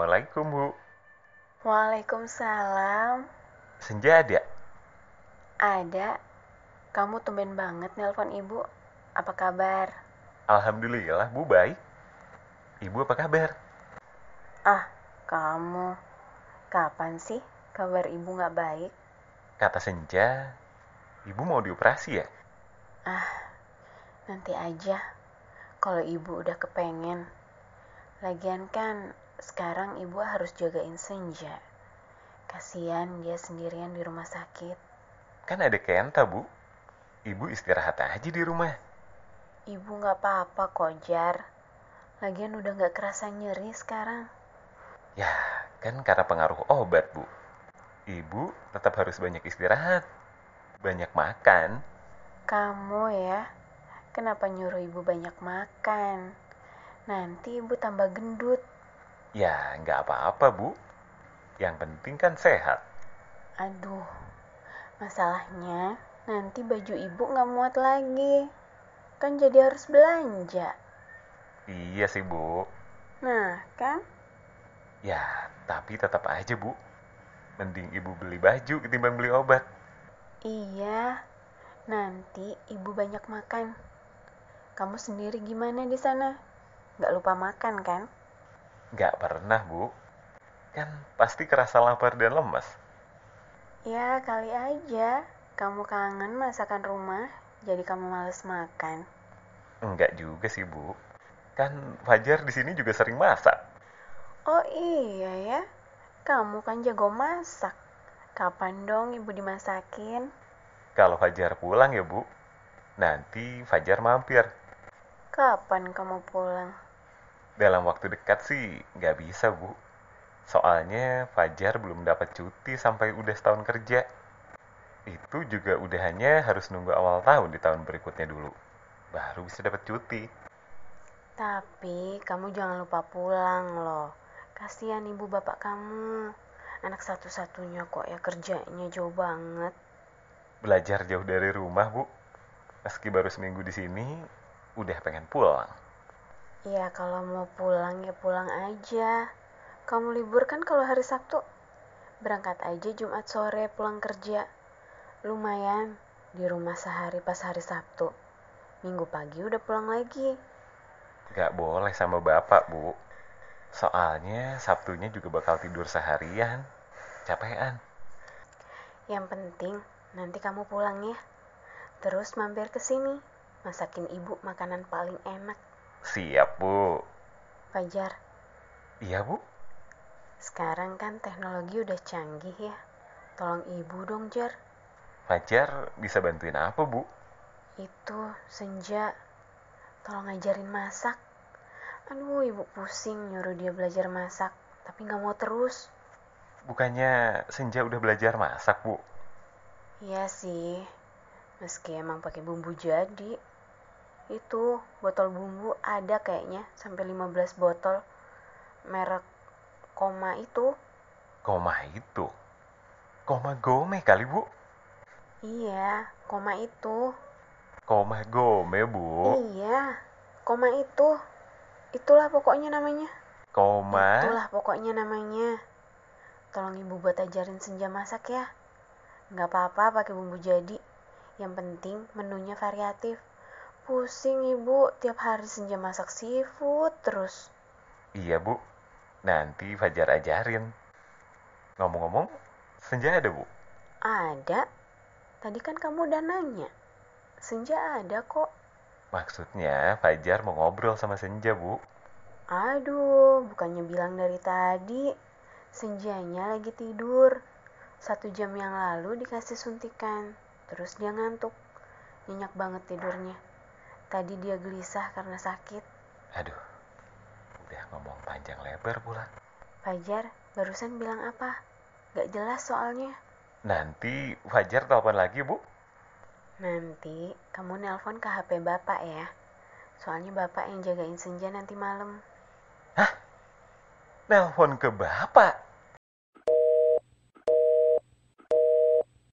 Assalamualaikum, Bu. Waalaikumsalam. Senja ada? Ada. Kamu tumben banget nelpon ibu. Apa kabar? Alhamdulillah, Bu, baik. Ibu apa kabar? Ah, kamu. Kapan sih kabar ibu nggak baik? Kata Senja, Ibu mau dioperasi ya? Ah, nanti aja. Kalau ibu udah kepengen. Lagian kan sekarang ibu harus jagain Senja. Kasian dia sendirian di rumah sakit. Kan ada Kenta, Bu. Ibu istirahat aja di rumah. Ibu nggak apa-apa kok, Jar. Lagian udah nggak kerasa nyeri sekarang. Ya, kan karena pengaruh obat, Bu. Ibu tetap harus banyak istirahat, banyak makan. Kamu ya, kenapa nyuruh ibu banyak makan? Nanti ibu tambah gendut. Ya, nggak apa-apa, Bu. Yang penting kan sehat. Aduh, masalahnya nanti baju ibu nggak muat lagi. Kan jadi harus belanja. Iya sih, Bu. Nah, kan? Ya, tapi tetap aja, Bu. Mending Ibu beli baju ketimbang beli obat. Iya, nanti ibu banyak makan. Kamu sendiri gimana di sana? Nggak lupa makan kan? Nggak pernah, Bu. Kan pasti kerasa lapar dan lemas. Ya, kali aja. Kamu kangen masakan rumah, jadi kamu males makan. Enggak juga sih, Bu. Kan Fajar di sini juga sering masak. Oh iya ya, kamu kan jago masak. Kapan dong ibu dimasakin? Kalau Fajar pulang ya, Bu, nanti Fajar mampir. Kapan kamu pulang? Dalam waktu dekat sih nggak bisa, Bu. Soalnya Fajar belum dapat cuti sampai udah setahun kerja. Itu juga udahannya harus nunggu awal tahun di tahun berikutnya dulu. Baru bisa dapat cuti. Tapi kamu jangan lupa pulang loh. Kasihan ibu bapak kamu. Anak satu-satunya kok ya kerjanya jauh banget. Belajar jauh dari rumah, Bu. Meski baru seminggu di sini, udah pengen pulang. Ya kalau mau pulang ya pulang aja. Kamu libur kan kalau hari Sabtu? Berangkat aja Jumat sore pulang kerja. Lumayan di rumah sehari pas hari Sabtu. Minggu pagi udah pulang lagi. Nggak boleh sama bapak, Bu. Soalnya Sabtunya juga bakal tidur seharian. Capean. Yang penting nanti kamu pulang ya. Terus mampir ke sini. Masakin ibu makanan paling enak. Siap, Bu. Fajar, Iya, Bu. sekarang kan teknologi udah canggih ya. Tolong ibu dong, Jar. Fajar bisa bantuin apa, Bu? Itu, Senja. Tolong ngajarin masak. Aduh, ibu pusing nyuruh dia belajar masak. Tapi gak mau terus. Bukannya Senja udah belajar masak, Bu? Iya sih, meski emang pakai bumbu jadi. Itu, botol bumbu ada kayaknya. Sampai 15 botol. Merek Koma itu. Koma itu. Koma gome kali, Bu. Iya, Koma itu. Koma gome, Bu. Iya, Koma itu. Itulah pokoknya namanya. Koma. Itulah pokoknya namanya. Tolong ibu buat ajarin Senja masak ya. Nggak apa-apa pakai bumbu jadi. Yang penting menunya variatif. Pusing ibu tiap hari Senja masak seafood terus. Iya, Bu. Nanti Fajar ajarin. Ngomong-ngomong, Senja ada, Bu? Ada. Tadi kan kamu udah nanya. Senja ada kok. Maksudnya Fajar mau ngobrol sama Senja, Bu. Aduh, bukannya bilang dari tadi. Senjanya lagi tidur. 1 jam yang lalu dikasih suntikan. Terus dia ngantuk. Nyenyak banget tidurnya. Tadi dia gelisah karena sakit. Aduh, udah ngomong panjang lebar pula. Fajar, barusan bilang apa? Gak jelas soalnya. Nanti Fajar telepon lagi, Bu. Nanti kamu nelpon ke HP bapak ya. Soalnya bapak yang jagain Senja nanti malam. Hah? Nelpon ke bapak?